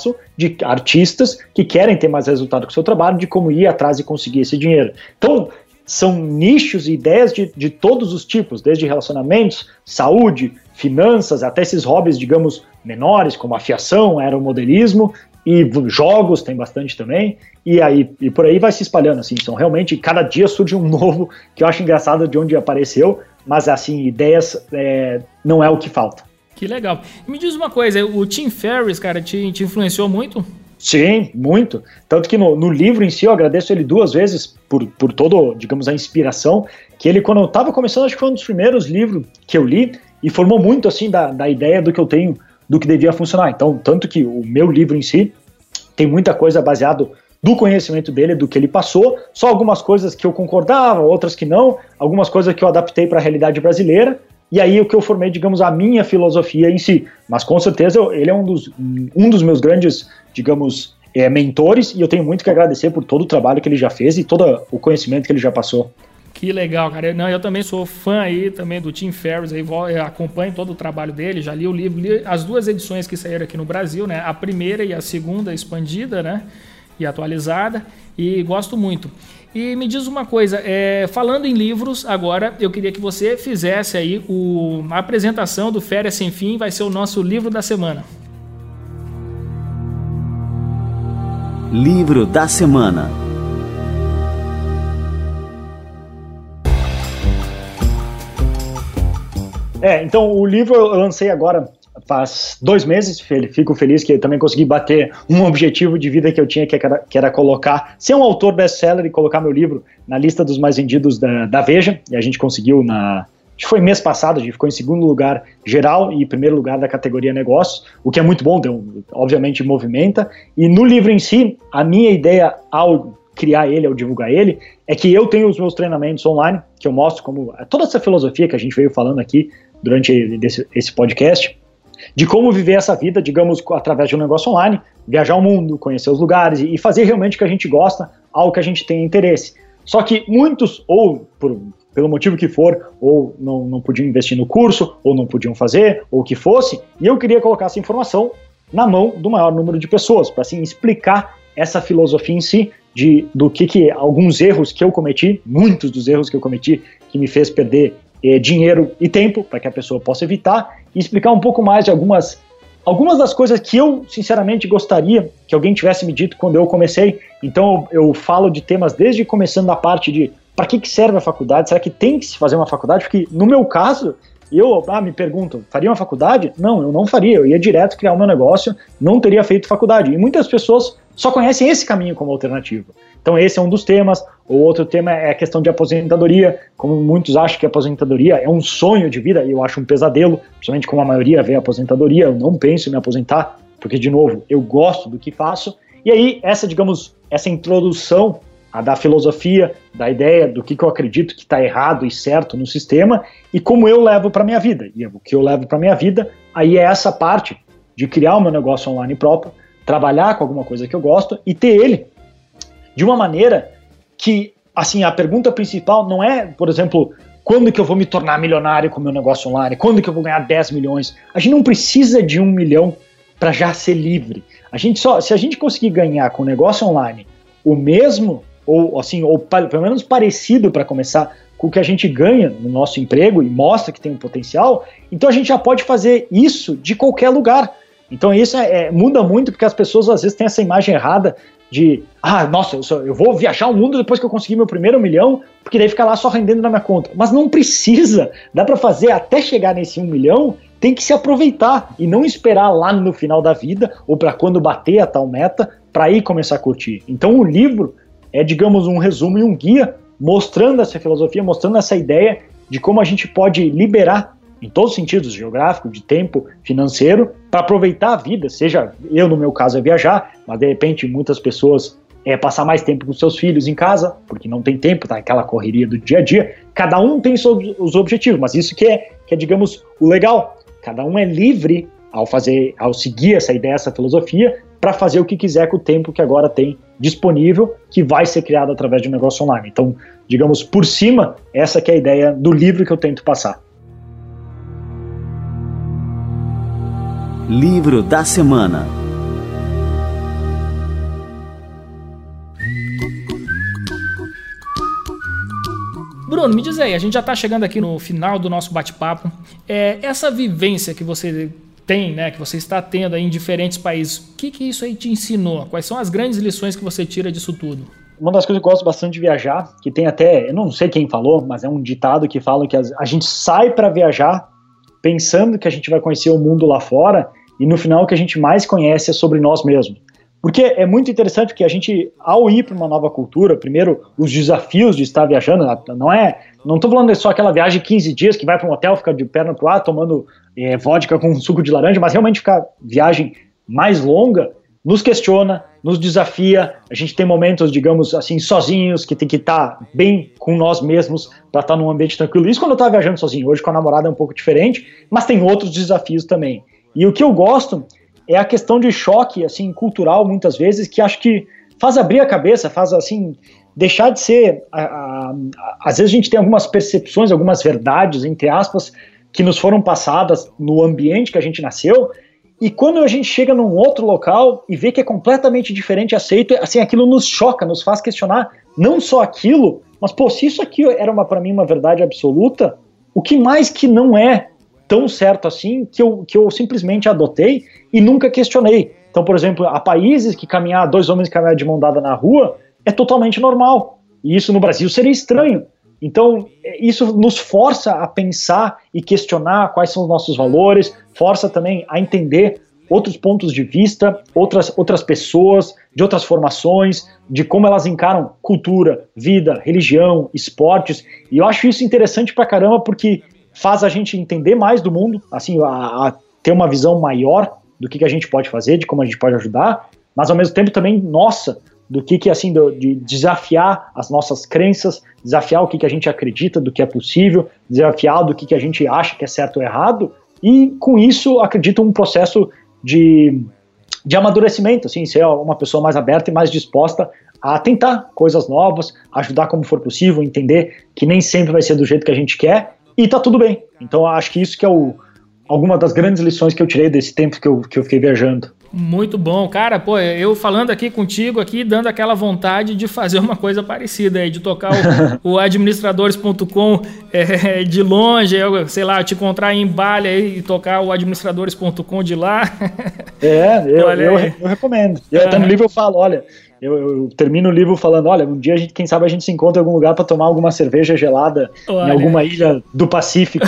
de artistas que querem ter mais resultado com o seu trabalho, de como ir atrás e conseguir esse dinheiro. Então, são nichos e ideias de, de todos os tipos, desde relacionamentos, saúde, finanças, até esses hobbies, digamos, menores, como afiação, aeromodelismo, e jogos tem bastante também, e aí e por aí vai se espalhando, assim, são realmente, cada dia surge um novo, que eu acho engraçado de onde apareceu, mas assim, ideias é, não é o que falta. Que legal. Me diz uma coisa, o Tim Ferriss, cara, te, te influenciou muito? Sim, muito. Tanto que no, no livro em si, eu agradeço ele duas vezes por, por toda, digamos, a inspiração, que ele, quando eu estava começando, acho que foi um dos primeiros livros que eu li, e formou muito, assim, da, da ideia do que eu tenho, do que devia funcionar. Então, tanto que o meu livro em si tem muita coisa baseado do conhecimento dele, do que ele passou, só algumas coisas que eu concordava, outras que não, algumas coisas que eu adaptei para a realidade brasileira, e aí o que eu formei, digamos, a minha filosofia em si. Mas com certeza eu, ele é um dos, um dos meus grandes, digamos, é, mentores, e eu tenho muito que agradecer por todo o trabalho que ele já fez e todo o conhecimento que ele já passou. Que legal, cara. Eu, não, eu também sou fã aí também do Tim Ferriss, aí, eu acompanho todo o trabalho dele, já li o livro, li as duas edições que saíram aqui no Brasil, né? A primeira e a segunda expandida, né? E atualizada, e gosto muito. E me diz uma coisa, é, falando em livros, agora eu queria que você fizesse aí o, a apresentação do Férias Sem Fim, vai ser o nosso livro da semana. Livro da semana. É, então o livro eu lancei agora faz dois meses, fico feliz que eu também consegui bater um objetivo de vida que eu tinha, que era, que era colocar, ser um autor best-seller e colocar meu livro na lista dos mais vendidos da, da Veja, e a gente conseguiu na... acho que foi mês passado, a gente ficou em segundo lugar geral e primeiro lugar da categoria negócios, o que é muito bom, deu, obviamente movimenta, e no livro em si, a minha ideia ao criar ele, ao divulgar ele, é que eu tenho os meus treinamentos online, que eu mostro como toda essa filosofia que a gente veio falando aqui durante esse, esse podcast, de como viver essa vida, digamos, através de um negócio online, viajar o mundo, conhecer os lugares e fazer realmente o que a gente gosta, algo que a gente tem interesse. Só que muitos, ou por, pelo motivo que for, ou não, não podiam investir no curso, ou não podiam fazer, ou o que fosse, e eu queria colocar essa informação na mão do maior número de pessoas, para assim explicar essa filosofia em si, de, do que, que alguns erros que eu cometi, muitos dos erros que eu cometi, que me fez perder eh, dinheiro e tempo, para que a pessoa possa evitar, e explicar um pouco mais de algumas, algumas das coisas que eu, sinceramente, gostaria que alguém tivesse me dito quando eu comecei. Então eu, eu falo de temas desde começando a parte de para que, que serve a faculdade, será que tem que se fazer uma faculdade? Porque no meu caso, eu ah, me pergunto, faria uma faculdade? Não, eu não faria, eu ia direto criar o meu negócio, não teria feito faculdade. E muitas pessoas só conhecem esse caminho como alternativa. Então esse é um dos temas. O outro tema é a questão de aposentadoria, como muitos acham que a aposentadoria é um sonho de vida, e eu acho um pesadelo, principalmente como a maioria vê a aposentadoria. Eu não penso em me aposentar, porque, de novo, eu gosto do que faço. E aí, essa, digamos, essa introdução a da filosofia, da ideia do que, que eu acredito que está errado e certo no sistema, e como eu levo para minha vida. E o que eu levo para minha vida, aí é essa parte de criar o meu negócio online próprio, trabalhar com alguma coisa que eu gosto e ter ele de uma maneira que, assim, a pergunta principal não é, por exemplo, quando que eu vou me tornar milionário com o meu negócio online, quando que eu vou ganhar dez milhões. A gente não precisa de um milhão para já ser livre. A gente só, se a gente conseguir ganhar com o negócio online o mesmo, ou assim, ou pelo menos parecido para começar com o que a gente ganha no nosso emprego e mostra que tem um potencial, então a gente já pode fazer isso de qualquer lugar. Então isso é, é, muda muito, porque as pessoas às vezes têm essa imagem errada de, ah, nossa, eu, só, eu vou viajar o mundo depois que eu conseguir meu primeiro milhão, porque daí fica lá só rendendo na minha conta. Mas não precisa, dá para fazer até chegar nesse um milhão, tem que se aproveitar e não esperar lá no final da vida, ou para quando bater a tal meta, para aí começar a curtir. Então o livro é, digamos, um resumo e um guia mostrando essa filosofia, mostrando essa ideia de como a gente pode liberar, em todos os sentidos, geográfico, de tempo, financeiro, para aproveitar a vida, seja, eu no meu caso é viajar, mas de repente muitas pessoas é passar mais tempo com seus filhos em casa, porque não tem tempo, tá aquela correria do dia a dia, cada um tem os objetivos, mas isso que é, que é, digamos, o legal, cada um é livre ao fazer, ao seguir essa ideia, essa filosofia, para fazer o que quiser com o tempo que agora tem disponível, que vai ser criado através de um negócio online. Então, digamos, por cima, essa que é a ideia do livro que eu tento passar. Livro da semana. Bruno, me diz aí, a gente já está chegando aqui no final do nosso bate-papo. É, essa vivência que você tem, né, que você está tendo aí em diferentes países, o que, que isso aí te ensinou? Quais são as grandes lições que você tira disso tudo? Uma das coisas que eu gosto bastante de viajar, que tem até, eu não sei quem falou, mas é um ditado que fala que a gente sai para viajar pensando que a gente vai conhecer o mundo lá fora e no final o que a gente mais conhece é sobre nós mesmos. Porque é muito interessante que a gente, ao ir para uma nova cultura, primeiro, os desafios de estar viajando, não é, não estou falando de só aquela viagem de quinze dias que vai para um hotel, fica de perna pro ar, tomando é, vodka com suco de laranja, mas realmente ficar viagem mais longa, nos questiona, nos desafia, a gente tem momentos, digamos assim, sozinhos, que tem que estar bem com nós mesmos para estar num ambiente tranquilo. Isso quando eu estava viajando sozinho, hoje com a namorada é um pouco diferente, mas tem outros desafios também. E o que eu gosto é a questão de choque, assim, cultural, muitas vezes, que acho que faz abrir a cabeça, faz, assim, deixar de ser... A, a, a, às vezes a gente tem algumas percepções, algumas verdades, entre aspas, que nos foram passadas no ambiente que a gente nasceu, e quando a gente chega num outro local e vê que é completamente diferente, aceito, assim, aquilo nos choca, nos faz questionar não só aquilo, mas, pô, se isso aqui era para mim uma verdade absoluta, o que mais que não é tão certo assim que eu, que eu simplesmente adotei e nunca questionei. Então, por exemplo, há países que caminhar, dois homens caminhar de mão dada na rua é totalmente normal. E isso no Brasil seria estranho. Então, isso nos força a pensar e questionar quais são os nossos valores, força também a entender outros pontos de vista, outras, outras pessoas, de outras formações, de como elas encaram cultura, vida, religião, esportes. E eu acho isso interessante pra caramba porque faz a gente entender mais do mundo, assim, a, a ter uma visão maior do que, que a gente pode fazer, de como a gente pode ajudar, mas ao mesmo tempo também, nossa, do que, que assim, do, de desafiar as nossas crenças, desafiar o que, que a gente acredita do que é possível, desafiar do que, que a gente acha que é certo ou errado, e com isso acredito um processo de, de amadurecimento, assim, ser uma pessoa mais aberta e mais disposta a tentar coisas novas, ajudar como for possível, entender que nem sempre vai ser do jeito que a gente quer, e tá tudo bem. Então acho que isso que é o, alguma das grandes lições que eu tirei desse tempo que eu, que eu fiquei viajando. Muito bom, cara, pô, eu falando aqui contigo, aqui dando aquela vontade de fazer uma coisa parecida aí, de tocar o, o administradores ponto com é, de longe, eu, sei lá, te encontrar em Bali aí e tocar o administradores ponto com de lá. É, eu, eu, eu recomendo. Eu, até no livro eu falo, olha, eu, eu termino o livro falando, olha, um dia a gente, quem sabe a gente se encontra em algum lugar para tomar alguma cerveja gelada olha. Em alguma ilha do Pacífico.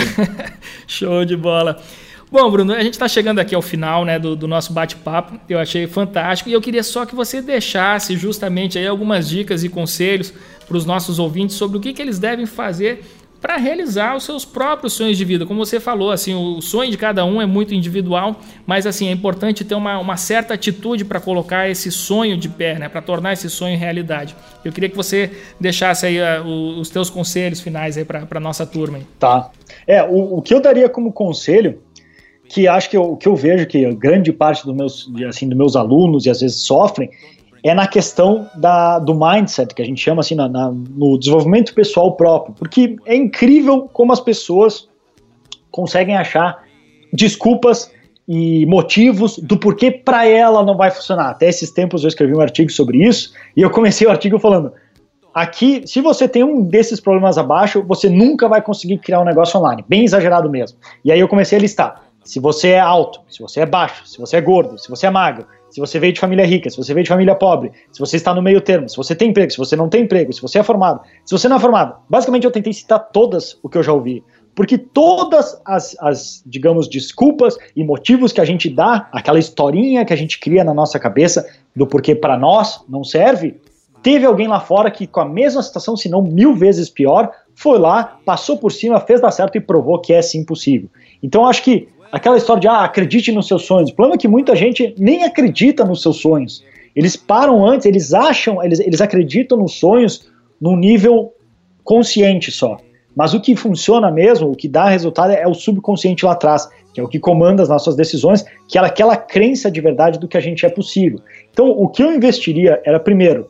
Show de bola. Bom, Bruno, a gente está chegando aqui ao final, né, do, do nosso bate-papo, eu achei fantástico e eu queria só que você deixasse justamente aí algumas dicas e conselhos para os nossos ouvintes sobre o que, que eles devem fazer para realizar os seus próprios sonhos de vida. Como você falou, assim, o sonho de cada um é muito individual, mas assim, é importante ter uma, uma certa atitude para colocar esse sonho de pé, né, para tornar esse sonho realidade. Eu queria que você deixasse aí uh, os teus conselhos finais aí para a nossa turma. Aí. Tá. É, o, o que eu daria como conselho, que acho que o que eu vejo que grande parte dos meus, assim, dos meus alunos e às vezes sofrem, é na questão da, do mindset, que a gente chama assim, na, na, no desenvolvimento pessoal próprio, porque é incrível como as pessoas conseguem achar desculpas e motivos do porquê para ela não vai funcionar. Até esses tempos eu escrevi um artigo sobre isso, e eu comecei o artigo falando, aqui, se você tem um desses problemas abaixo, você nunca vai conseguir criar um negócio online, bem exagerado mesmo. E aí eu comecei a listar, se você é alto, se você é baixo, se você é gordo, se você é magro, se você veio de família rica, se você veio de família pobre, se você está no meio termo, se você tem emprego, se você não tem emprego, se você é formado, se você não é formado. Basicamente eu tentei citar todas o que eu já ouvi, porque todas as, as, digamos, desculpas e motivos que a gente dá, aquela historinha que a gente cria na nossa cabeça do porquê para nós não serve, teve alguém lá fora que com a mesma situação, se não mil vezes pior, foi lá, passou por cima, fez dar certo e provou que é sim possível. Então acho que aquela história de, ah, acredite nos seus sonhos. O problema é que muita gente nem acredita nos seus sonhos. Eles param antes, eles acham, eles, eles acreditam nos sonhos num nível consciente só. Mas o que funciona mesmo, o que dá resultado é o subconsciente lá atrás, que é o que comanda as nossas decisões, que é aquela crença de verdade do que a gente é possível. Então, o que eu investiria era, primeiro,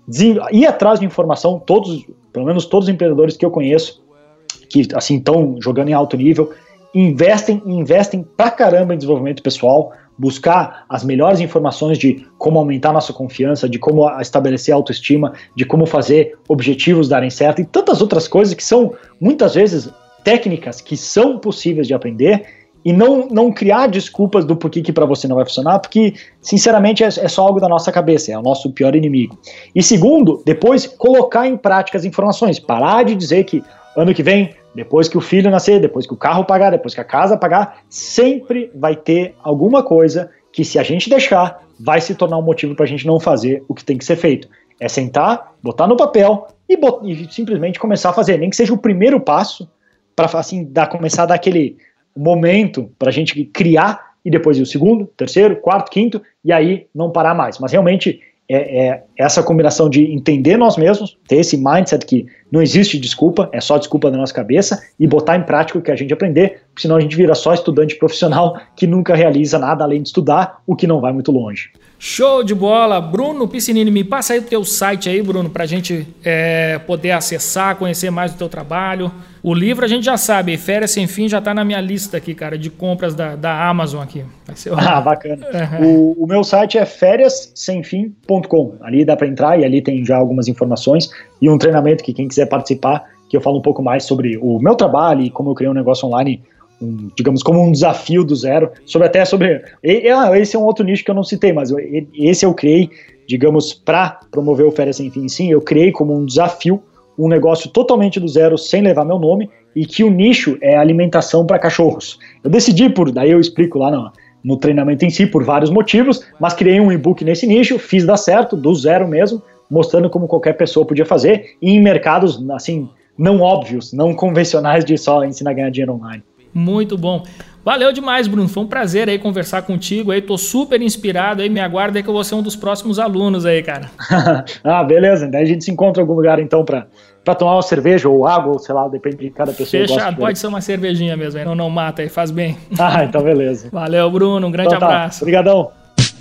ir atrás de informação, todos, pelo menos todos os empreendedores que eu conheço, que assim estão jogando em alto nível, investem investem pra caramba em desenvolvimento pessoal, buscar as melhores informações de como aumentar nossa confiança, de como estabelecer autoestima, de como fazer objetivos darem certo e tantas outras coisas que são, muitas vezes, técnicas que são possíveis de aprender e não, não criar desculpas do porquê que para você não vai funcionar, porque, sinceramente, é, é só algo da nossa cabeça, é o nosso pior inimigo. E segundo, depois colocar em prática as informações, parar de dizer que ano que vem, depois que o filho nascer, depois que o carro pagar, depois que a casa pagar, sempre vai ter alguma coisa que, se a gente deixar, vai se tornar um motivo para a gente não fazer o que tem que ser feito. É sentar, botar no papel e, bot- e simplesmente começar a fazer, nem que seja o primeiro passo, para assim, dar, começar a dar aquele momento para a gente criar, e depois ir o segundo, terceiro, quarto, quinto, e aí não parar mais. Mas realmente é, é essa combinação de entender nós mesmos, ter esse mindset que não existe desculpa, é só desculpa da nossa cabeça, e botar em prática o que a gente aprender, porque senão a gente vira só estudante profissional que nunca realiza nada além de estudar, o que não vai muito longe. Show de bola! Bruno Piscinini, me passa aí o teu site aí, Bruno, para a gente é, poder acessar, conhecer mais do teu trabalho. O livro a gente já sabe, Férias Sem Fim já está na minha lista aqui, cara, de compras da, da Amazon aqui. Vai ser ah, bacana. Uhum. O, o meu site é férias sem fim ponto com. Ali dá para entrar e ali tem já algumas informações e um treinamento que quem quiser participar, que eu falo um pouco mais sobre o meu trabalho e como eu criei um negócio online, um, digamos, como um desafio do zero, sobre até sobre... Esse é um outro nicho que eu não citei, mas eu, esse eu criei, digamos, para promover o Férias Sem Fim. Sim, eu criei como um desafio um negócio totalmente do zero, sem levar meu nome, e que o nicho é alimentação para cachorros. Eu decidi por, daí eu explico lá no, no treinamento em si, por vários motivos, mas criei um e-book nesse nicho, fiz dar certo, do zero mesmo, mostrando como qualquer pessoa podia fazer, e em mercados, assim, não óbvios, não convencionais de só ensinar a ganhar dinheiro online. Muito bom. Valeu demais, Bruno. Foi um prazer aí conversar contigo aí. Tô super inspirado aí. Me aguarda aí que eu vou ser um dos próximos alunos aí, cara. Ah, beleza. Daí a gente se encontra em algum lugar então pra, pra tomar uma cerveja ou água, ou sei lá, depende de cada pessoa. Fechado. Pode ser uma cervejinha mesmo aí. Não, não mata aí, faz bem. Ah, então beleza. Valeu, Bruno. Um grande então, tá. abraço. Obrigadão.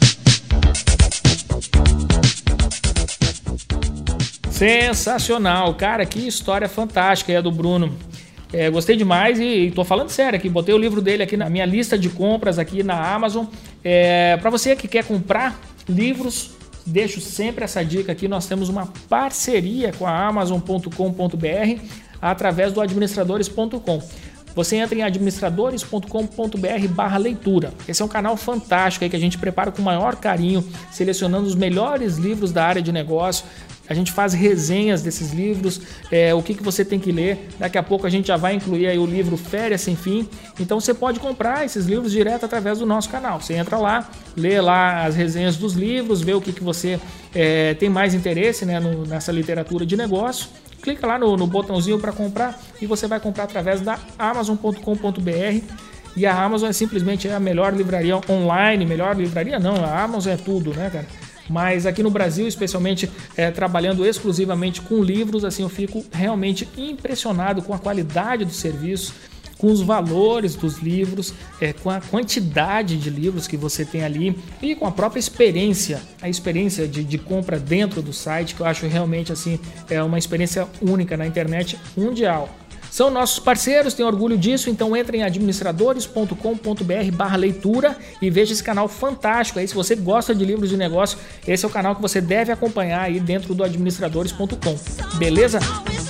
Sensacional. Cara, que história fantástica aí a do Bruno. É, gostei demais e, e tô falando sério aqui, botei o livro dele aqui na minha lista de compras aqui na Amazon. É, para você que quer comprar livros, deixo sempre essa dica aqui, nós temos uma parceria com a amazon ponto com ponto b r através do administradores ponto com. Você entra em administradores ponto com ponto b r barra leitura. Esse é um canal fantástico aí que a gente prepara com o maior carinho, selecionando os melhores livros da área de negócio. A gente faz resenhas desses livros, é, o que, que você tem que ler. Daqui a pouco a gente já vai incluir aí o livro Férias Sem Fim. Então você pode comprar esses livros direto através do nosso canal. Você entra lá, lê lá as resenhas dos livros, vê o que, que você é, tem mais interesse, né, no, nessa literatura de negócio. Clica lá no, no botãozinho para comprar e você vai comprar através da amazon ponto com ponto b r. E a Amazon é simplesmente a melhor livraria online, melhor livraria não, a Amazon é tudo, né, cara? Mas aqui no Brasil, especialmente é, trabalhando exclusivamente com livros, assim, eu fico realmente impressionado com a qualidade do serviço, com os valores dos livros, é, com a quantidade de livros que você tem ali e com a própria experiência, a experiência de, de compra dentro do site, que eu acho realmente assim, é uma experiência única na internet mundial. São nossos parceiros, tenho orgulho disso, então entre em administradores ponto com ponto b r barra leitura e veja esse canal fantástico aí. Se você gosta de livros de negócio, esse é o canal que você deve acompanhar aí dentro do administradores ponto com, beleza?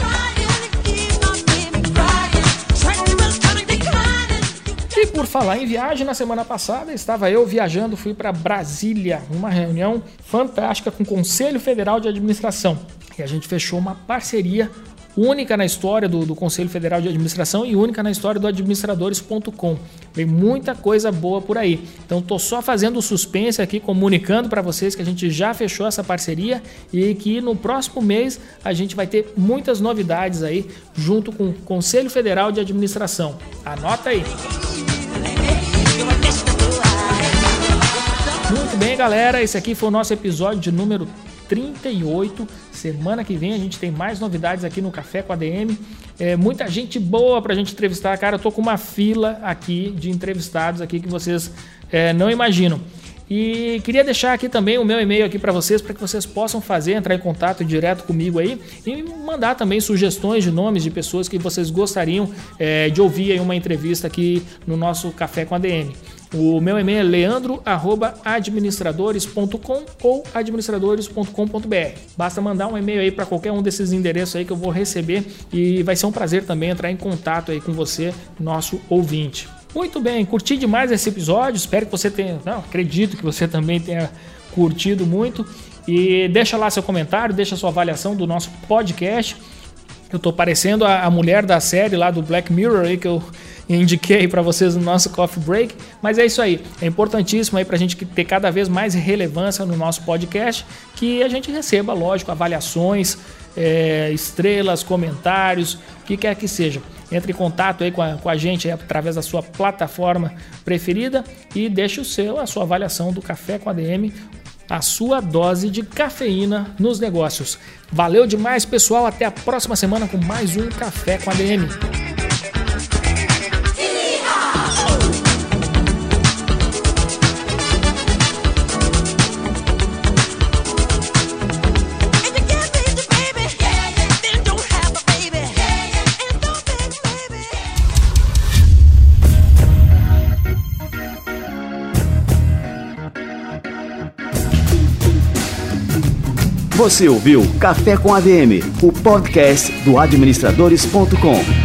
E por falar em viagem, na semana passada estava eu viajando, fui para Brasília, uma reunião fantástica com o Conselho Federal de Administração. E a gente fechou uma parceria única na história do, do Conselho Federal de Administração e única na história do administradores ponto com. Tem muita coisa boa por aí. Então estou só fazendo o suspense aqui, comunicando para vocês que a gente já fechou essa parceria e que no próximo mês a gente vai ter muitas novidades aí junto com o Conselho Federal de Administração. Anota aí! Muito bem, galera, esse aqui foi o nosso episódio de número trinta e oito. Semana que vem a gente tem mais novidades aqui no Café com a D M. É, muita gente boa pra gente entrevistar. Cara, eu tô com uma fila aqui de entrevistados aqui que vocês é, não imaginam. E queria deixar aqui também o meu e-mail aqui para vocês, para que vocês possam fazer, entrar em contato direto comigo aí e mandar também sugestões de nomes de pessoas que vocês gostariam é, de ouvir aí uma entrevista aqui no nosso Café com a D M. O meu e-mail é leandro arroba administradores ponto com ou administradores ponto com ponto b r. Basta mandar um e-mail aí para qualquer um desses endereços aí que eu vou receber e vai ser um prazer também entrar em contato aí com você, nosso ouvinte. Muito bem, curti demais esse episódio, espero que você tenha, não, acredito que você também tenha curtido muito. E deixa lá seu comentário, deixa sua avaliação do nosso podcast. Eu tô parecendo a, a mulher da série lá do Black Mirror aí que eu indiquei para vocês no nosso Coffee Break, mas é isso aí, é importantíssimo aí pra gente ter cada vez mais relevância no nosso podcast, que a gente receba, lógico, avaliações, é, estrelas, comentários, o que quer que seja. Entre em contato aí com a, com a gente aí, através da sua plataforma preferida e deixe o seu, a sua avaliação do Café com A D M, a sua dose de cafeína nos negócios. Valeu demais, pessoal. Até a próxima semana com mais um Café com A D M. Você ouviu Café com A D M, o podcast do administradores ponto com.